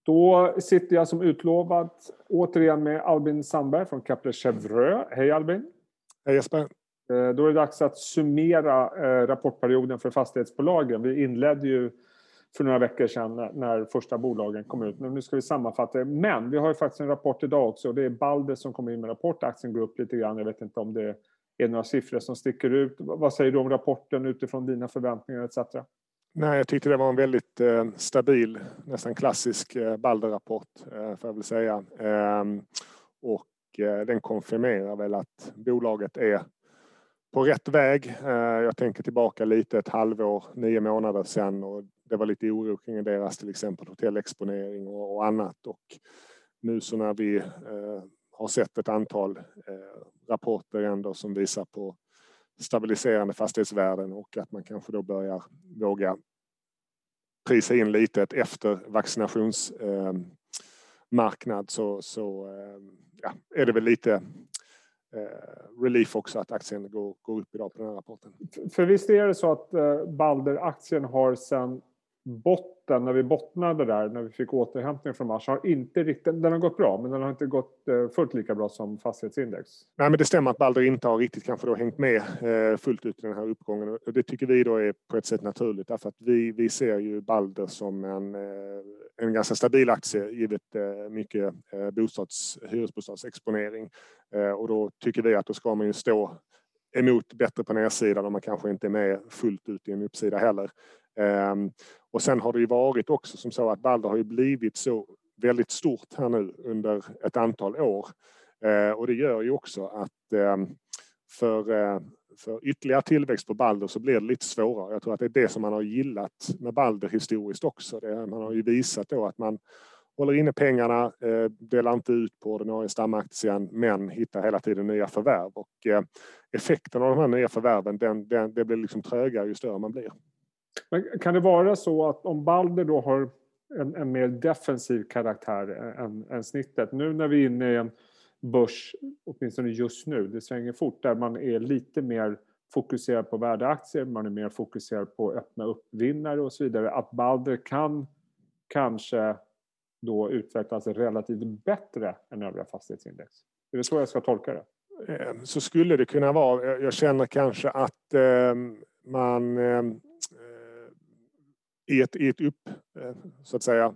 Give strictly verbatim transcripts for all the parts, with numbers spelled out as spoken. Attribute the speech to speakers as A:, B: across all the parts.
A: Då sitter jag som utlovat återigen med Albin Sandberg från Kepler Chevreux. Hej Albin.
B: Hej Jesper.
A: Då är det dags att summera rapportperioden för fastighetsbolagen. Vi inledde ju för några veckor sedan när första bolagen kom ut. Men nu ska vi sammanfatta det. Men vi har ju faktiskt en rapport idag också. Det är Balder som kommer in med rapport. Aktien går upp lite grann. Jag vet inte om det är några siffror som sticker ut. Vad säger du om rapporten utifrån dina förväntningar et cetera?
B: Nej, jag tyckte det var en väldigt eh, stabil, nästan klassisk eh, Balder-rapport eh, får jag väl säga. Eh, och eh, den konfirmerar väl att bolaget är på rätt väg. Eh, jag tänker tillbaka lite ett halvår, nio månader sedan, och det var lite oro kring deras till exempel hotellexponering och, och annat. Och nu så när vi eh, har sett ett antal eh, rapporter ändå som visar på stabiliserande fastighetsvärden och att man kanske då börjar våga prisa in lite ett efter vaccinationsmarknad eh, så, så eh, ja, är det väl lite eh, relief också att aktien går, går upp idag på den här rapporten.
A: För visst är det så att eh, Balder-aktien har sedan botten, när vi bottnade där, när vi fick återhämtning från mars, har inte riktigt, den har gått bra, men den har inte gått eh, fullt lika bra som fastighetsindex.
B: Nej, men det stämmer att Balder inte har riktigt kanske då hängt med eh, fullt ut i den här uppgången, och det tycker vi då är på ett sätt naturligt, därför att vi, vi ser ju Balder som en, eh, en ganska stabil aktie givet eh, mycket eh, bostads, hyresbostadsexponering, eh, och då tycker vi att då ska man ju stå emot bättre på nedsidan om man kanske inte är med fullt ut i en uppsida heller. Um, och sen har det ju varit också som så att Balder har ju blivit så väldigt stort här nu under ett antal år. Uh, och det gör ju också att um, för, uh, för ytterligare tillväxt på Balder så blir det lite svårare. Jag tror att det är det som man har gillat med Balder historiskt också. Det, man har ju visat då att man håller inne pengarna, uh, delar inte ut på ordinarie stamaktien, men hittar hela tiden nya förvärv. Och uh, effekten av de här nya förvärven, den, den, det blir liksom trögare ju större man blir.
A: Men kan det vara så att om Balder då har en, en mer defensiv karaktär än, än snittet, nu när vi är inne i en börs, åtminstone just nu, det svänger fort, där man är lite mer fokuserad på värdeaktier, man är mer fokuserad på att öppna upp vinnare och så vidare, att Balder kan kanske då utvecklas relativt bättre än övriga fastighetsindex? Är det så jag ska tolka det?
B: Så skulle det kunna vara. Jag känner kanske att eh, man eh, i ett, i ett upp, så att säga,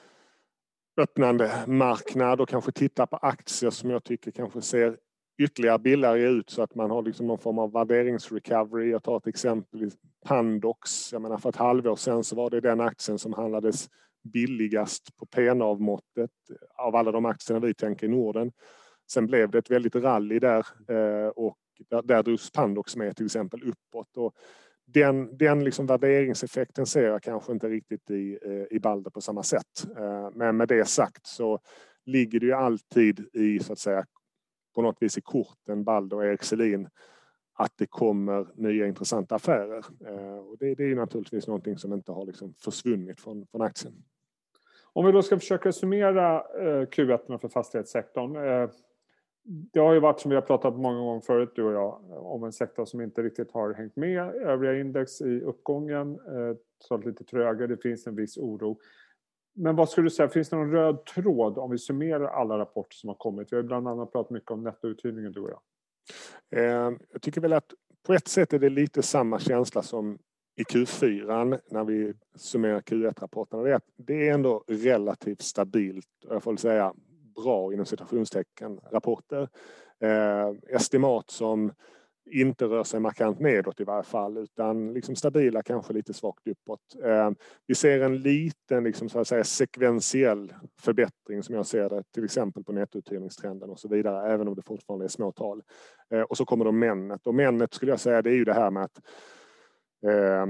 B: öppnande marknad och kanske titta på aktier som jag tycker kanske ser ytterligare billigare ut, så att man har liksom någon form av värderingsrecovery. Jag tar ett exempel, Pandox. Jag menar, för ett halvår sedan så var det den aktien som handlades billigast på P N A-måttet av alla de aktierna vi tänker i Norden. Sen blev det ett väldigt rally där och där, där drogs Pandox med till exempel uppåt, och Den, den liksom värderingseffekten ser jag kanske inte riktigt i, i Balder på samma sätt. Men med det sagt så ligger det ju alltid i, så att säga, på något vis i korten, Balder och Erik Selin, att det kommer nya intressanta affärer. Och det, det är ju naturligtvis någonting som inte har liksom försvunnit från, från aktien.
A: Om vi då ska försöka summera Q ett för fastighetssektorn. Det har ju varit, som vi har pratat många gånger förut, du och jag, om en sektor som inte riktigt har hängt med övriga index i uppgången. Så lite trögare, det finns en viss oro. Men vad skulle du säga, finns det någon röd tråd om vi summerar alla rapporter som har kommit? Vi har bland annat pratat mycket om nettouthyrningen, du och jag.
B: Jag tycker väl att på ett sätt är det lite samma känsla som i Q fyra när vi summerar Q ett-rapporterna. Det är, det är ändå relativt stabilt, jag får säga bra inom citationstecken rapporter. Eh, estimat som inte rör sig markant nedåt i varje fall, utan liksom stabila, kanske lite svagt uppåt. Eh, vi ser en liten liksom, så att säga, sekventiell förbättring som jag ser det, till exempel på nettouthyrningstrenden och så vidare, även om det fortfarande är små tal. Eh, och så kommer då männet. Och männet skulle jag säga, det är ju det här med att eh,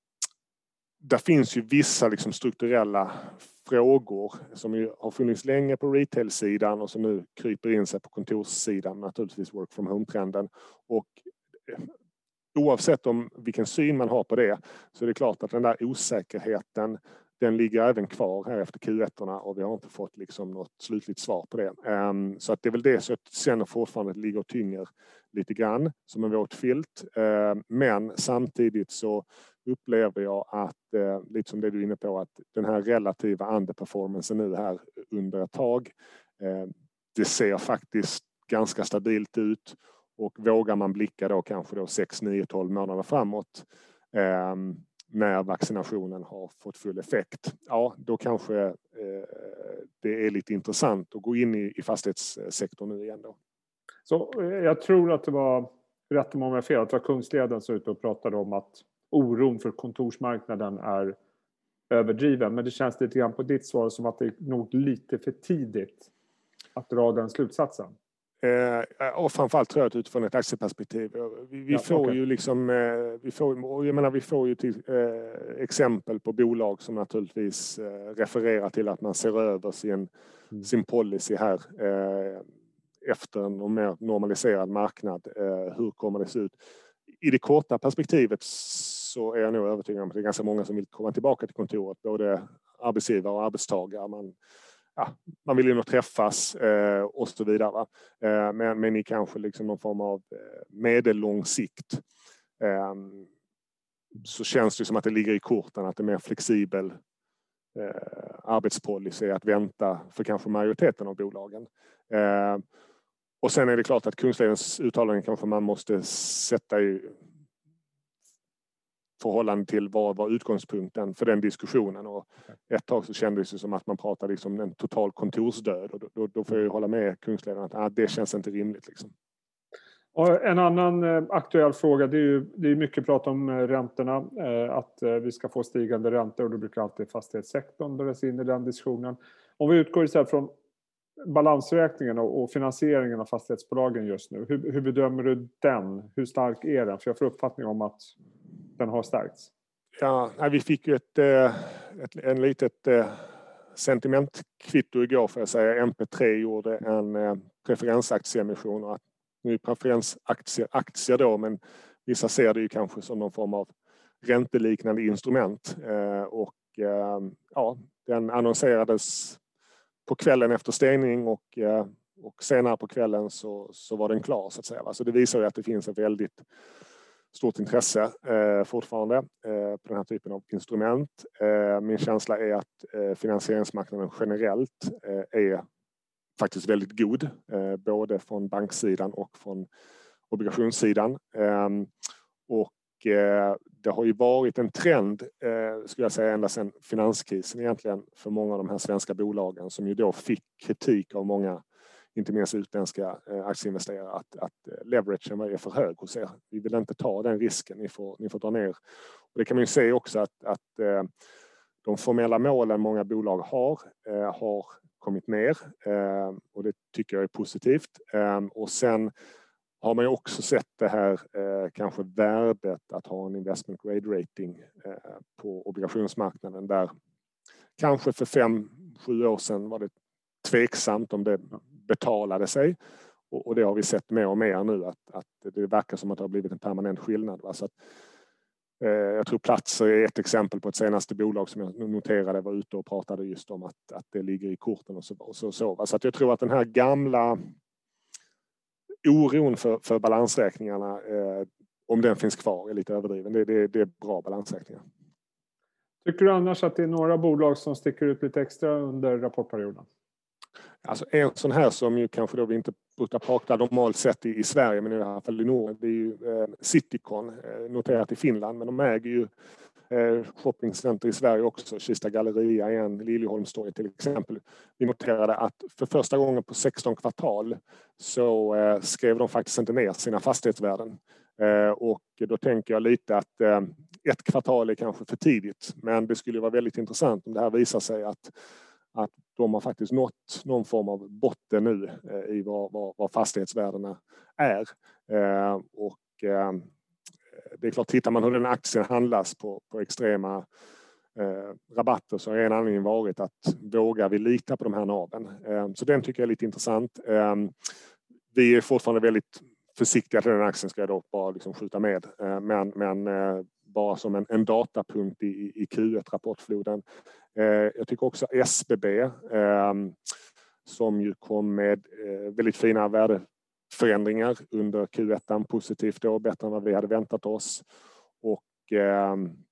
B: där finns ju vissa liksom strukturella frågor som ju har funnits länge på retail-sidan och som nu kryper in sig på kontorssidan, naturligtvis work from home-trenden. Och oavsett om vilken syn man har på det, så är det klart att den där osäkerheten, den ligger även kvar här efter Q ett-orna, och vi har inte fått liksom något slutligt svar på det. Um, så att det är väl det som jag känner fortfarande ligger och tynger lite grann som en våt filt. Uh, men samtidigt så upplever jag att, eh, lite som det du är inne på, att den här relativa underperformancen nu här under ett tag, eh, det ser faktiskt ganska stabilt ut, och vågar man blicka då kanske då sex, nio, tolv månader framåt, eh, när vaccinationen har fått full effekt, ja då kanske eh, det är lite intressant att gå in i, i fastighetssektorn nu igen då.
A: Så eh, jag tror att det var, rätt om jag har fel, att det var Kungsleden som ute och pratade om att oron för kontorsmarknaden är överdriven. Men det känns lite grann på ditt svar som att det är nog lite för tidigt att dra den slutsatsen.
B: Eh, och framförallt tror jag att utifrån ett aktieperspektiv. Vi, vi
A: Ja,
B: får
A: okay.
B: ju liksom, eh, vi får, jag menar, vi får ju till, eh, exempel på bolag som naturligtvis eh, refererar till att man ser över sin, mm. sin policy här eh, efter en mer normaliserad marknad. Eh, hur kommer det se ut? I det korta perspektivet så är jag nog övertygad om att det är ganska många som vill komma tillbaka till kontoret, både arbetsgivare och arbetstagare. Man, ja, man vill ju nog träffas eh, och så vidare. Eh, men, men i kanske liksom någon form av eh, medellång sikt eh, så känns det som att det ligger i korten att det är mer flexibel eh, arbetspolicy att vänta för kanske majoriteten av bolagen. Eh, och sen är det klart att Kungsledens uttalande kanske man måste sätta i förhållande till vad var utgångspunkten för den diskussionen, och ett tag så kändes det som att man pratade liksom en total kontorsdöd, och då, då, då får jag hålla med Kungsledaren att ah, det känns inte rimligt liksom.
A: Och en annan eh, aktuell fråga, det är ju det är mycket prat om eh, räntorna, eh, att eh, vi ska få stigande räntor, och då brukar alltid fastighetssektorn dras in i den diskussionen. Om vi utgår istället från balansräkningen och, och finansieringen av fastighetsbolagen just nu, hur, hur bedömer du den? Hur stark är den? För jag får uppfattning om att den har stärkts.
B: Ja, vi fick ju ett, ett en litet sentimentkvitto igår, för att säga. M P tre gjorde en preferensaktieemission, och att nu är preferensaktier aktier då, men vissa ser det ju kanske som någon form av ränteliknande instrument, och ja, den annonserades på kvällen efter stängning, och, och senare på kvällen så, så var den klar så att säga. Så det visar ju att det finns ett väldigt stort intresse eh, fortfarande eh, på den här typen av instrument. Eh, min känsla är att eh, finansieringsmarknaden generellt eh, är faktiskt väldigt god, eh, både från banksidan och från obligationssidan. Eh, och eh, det har ju varit en trend, eh, skulle jag säga, ända sedan finanskrisen egentligen, för många av de här svenska bolagen som ju då fick kritik av många, inte minst utländska aktieinvesterare, att, att leveragen är för hög hos er. Vi vill inte ta den risken, ni får, ni får dra ner. Och det kan man ju se också att, att de formella målen många bolag har, har kommit ner, och det tycker jag är positivt. Och sen har man ju också sett det här kanske värdet att ha en investment grade rating på obligationsmarknaden, där kanske för fem, sju år sedan var det tveksamt om det betalade sig, och det har vi sett mer och mer nu, att, att det verkar som att det har blivit en permanent skillnad. Så att, eh, jag tror Platser är ett exempel på ett senaste bolag som jag noterade var ute och pratade just om att, att det ligger i korten och så. Och så, så. så att jag tror att den här gamla oron för, för balansräkningarna, eh, om den finns kvar, är lite överdriven. Det, det, det är bra balansräkningar.
A: Tycker du annars att det är några bolag som sticker ut lite extra under rapportperioden?
B: Alltså en sån här som ju kanske då vi inte brukar prata normalt sett i, i Sverige, men i alla fall i Norden, det är ju eh, Citycon, eh, noterat i Finland, men de äger ju eh, shoppingcenter i Sverige också, Kista Galleria igen, Liljeholmstorg till exempel. Vi noterade att för första gången på sexton kvartal så eh, skrev de faktiskt inte ner sina fastighetsvärden. Eh, och då tänker jag lite att eh, ett kvartal är kanske för tidigt, men det skulle vara väldigt intressant om det här visar sig att att de har faktiskt nått någon form av botten nu eh, i vad, vad, vad fastighetsvärdena är. Eh, och eh, det är klart, tittar man hur den aktien handlas på, på extrema eh, rabatter, så har en anledning varit att vågar vi lita på de här naven. Eh, så den tycker jag är lite intressant. Eh, vi är fortfarande väldigt försiktiga till den aktien, ska jag då bara liksom skjuta med. Eh, men men eh, bara som en, en datapunkt i, i Q ett-rapportfloden. Eh, jag tycker också S B B eh, som ju kom med eh, väldigt fina värdeförändringar under Q ett, positivt då, bättre än vad vi hade väntat oss. Och eh,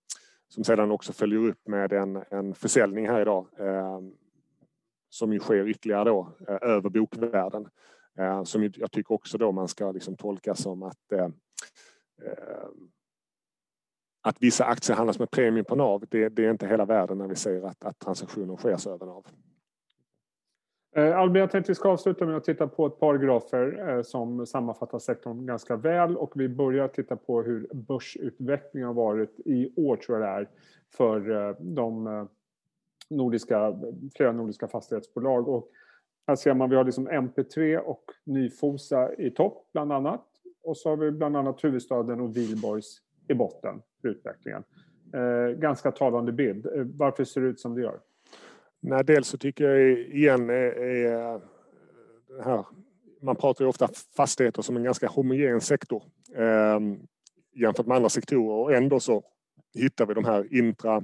B: som sedan också följer upp med en, en försäljning här idag eh, som ju sker ytterligare då eh, över bokvärden. Eh, som jag tycker också då man ska liksom tolka som att eh, eh, att vissa aktier handlas med premium på N A V, det, det är inte hela världen när vi ser att, att transaktioner sker så över N A V.
A: Eh, Albin, jag tänkte vi ska avsluta med att titta på ett par grafer eh, som sammanfattar sektorn ganska väl, och vi börjar titta på hur börsutvecklingen har varit i år, tror jag det är, för eh, de eh, nordiska, flera nordiska fastighetsbolag. Och här ser man vi har liksom M P tre och Nyfosa i topp bland annat, och så har vi bland annat Huvudstaden och Wihlborgs i botten för utvecklingen. Eh, ganska talande bild. Eh, varför ser det ut som det gör?
B: Nej, dels så tycker jag igen är, är här, man pratar ju ofta fastigheter som en ganska homogen sektor eh, jämfört med andra sektorer, och ändå så hittar vi de här intra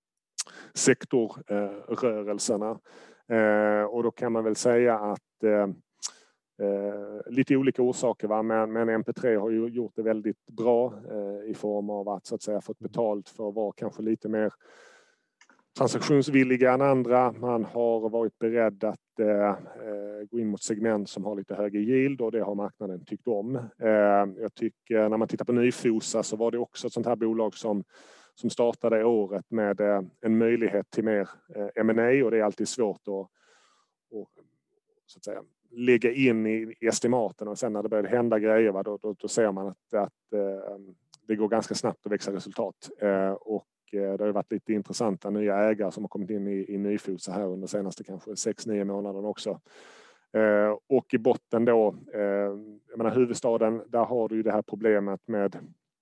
B: sektorrörelserna. Eh, och då kan man väl säga att eh, eh, lite olika orsaker, va? Men, men M P tre har ju gjort det väldigt bra eh, i form av att så att säga fått betalt för att vara kanske lite mer transaktionsvilliga än andra. Man har varit beredd att eh, gå in mot segment som har lite högre yield, och det har marknaden tyckt om. Eh, jag tycker när man tittar på Nyfosa så var det också ett sånt här bolag som, som startade året med eh, en möjlighet till mer eh, M and A, och det är alltid svårt att, och, så att säga, lägga in i estimaten, och sen när det börjar hända grejer, va, då, då, då ser man att, att eh, det går ganska snabbt att växa resultat. Eh, och det har varit lite intressanta nya ägare som har kommit in i, i Nyfosa här under senaste kanske sex nio månaderna också. Eh, och i botten då, eh, jag menar Huvudstaden, där har du ju det här problemet med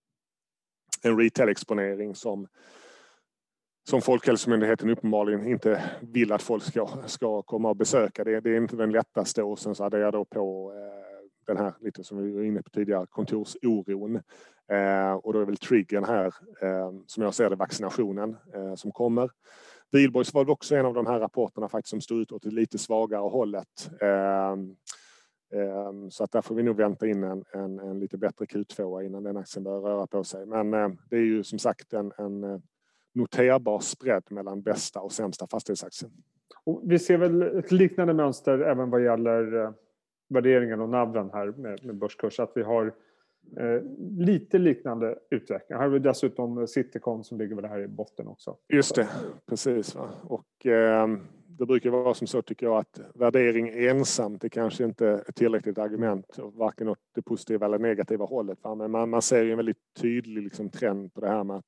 B: en retail-exponering som, som Folkhälsomyndigheten uppenbarligen inte vill att folk ska, ska komma och besöka. Det, det är inte den lättaste, och sen så hade jag då på eh, den här, lite som vi var inne på tidigare, kontorsoron. Eh, och då är väl triggern här, eh, som jag ser det, vaccinationen eh, som kommer. Wihlborgs var också en av de här rapporterna faktiskt som stod ut åt det lite svagare hållet. Eh, eh, så att där får vi nog vänta in en, en, en lite bättre Q två innan den aktien börjar röra på sig. Men eh, det är ju som sagt en, en noterbar spread mellan bästa och sämsta fastighetsaktien.
A: Och vi ser väl ett liknande mönster även vad gäller eh, värderingen och navren här med, med börskurs, att vi har Eh, lite liknande utveckling. Här har vi dessutom Citycon som ligger väl här i botten också.
B: Just det, precis. Va? Och eh, det brukar vara som så, tycker jag, att värdering ensamt är kanske inte ett tillräckligt argument, varken åt det positiva eller negativa hållet. Va? Men man, man ser ju en väldigt tydlig liksom, trend på det här med att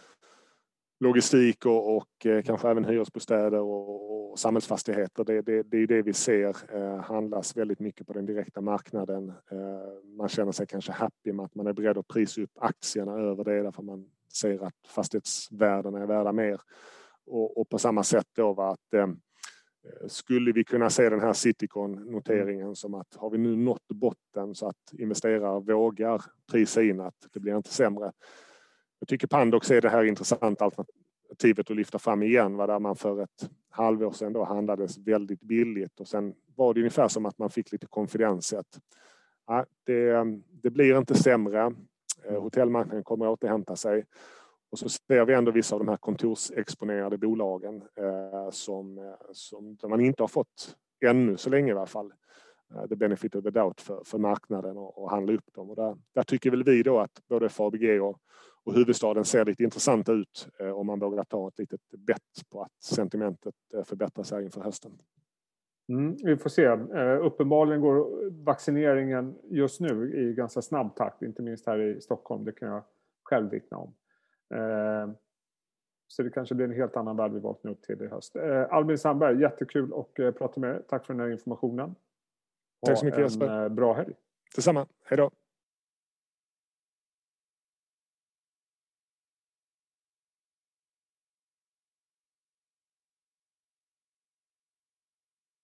B: logistik och, och eh, kanske även hyresbostäder och, och samhällsfastigheter. Det, det, det är ju det vi ser eh, handlas väldigt mycket på den direkta marknaden. Eh, man känner sig kanske happy med att man är beredd att prisa upp aktierna över det, därför man ser att fastighetsvärdena är värda mer. Och, och på samma sätt då var att eh, skulle vi kunna se den här Citycon-noteringen som att har vi nu nått botten så att investerare vågar prisa in att det blir inte sämre. Jag tycker Pandox är det här intressanta alternativet att lyfta fram igen, där man för ett halvår sedan då handlades väldigt billigt, och sen var det ungefär som att man fick lite konfidens i att ja, det, det blir inte sämre, hotellmarknaden kommer att återhämta sig, och så ser vi ändå vissa av de här kontorsexponerade bolagen eh, som, som man inte har fått ännu så länge i alla fall the benefit of the doubt för, för marknaden och, och handla upp dem, och där, där tycker väl vi då att både F A B G och Och Huvudstaden ser lite intressant ut eh, om man vågar ta ett litet bett på att sentimentet eh, förbättras här inför hösten.
A: Mm, vi får se. Eh, uppenbarligen går vaccineringen just nu i ganska snabb takt, inte minst här i Stockholm. Det kan jag själv vittna om. Eh, så det kanske blir en helt annan värld vi vaknar upp till i höst. Eh, Albin Sandberg, jättekul att eh, prata med er. Tack för den här informationen.
B: Tack så mycket,
A: en
B: Jesper.
A: Eh, bra helg.
B: Detsamma. Hej då.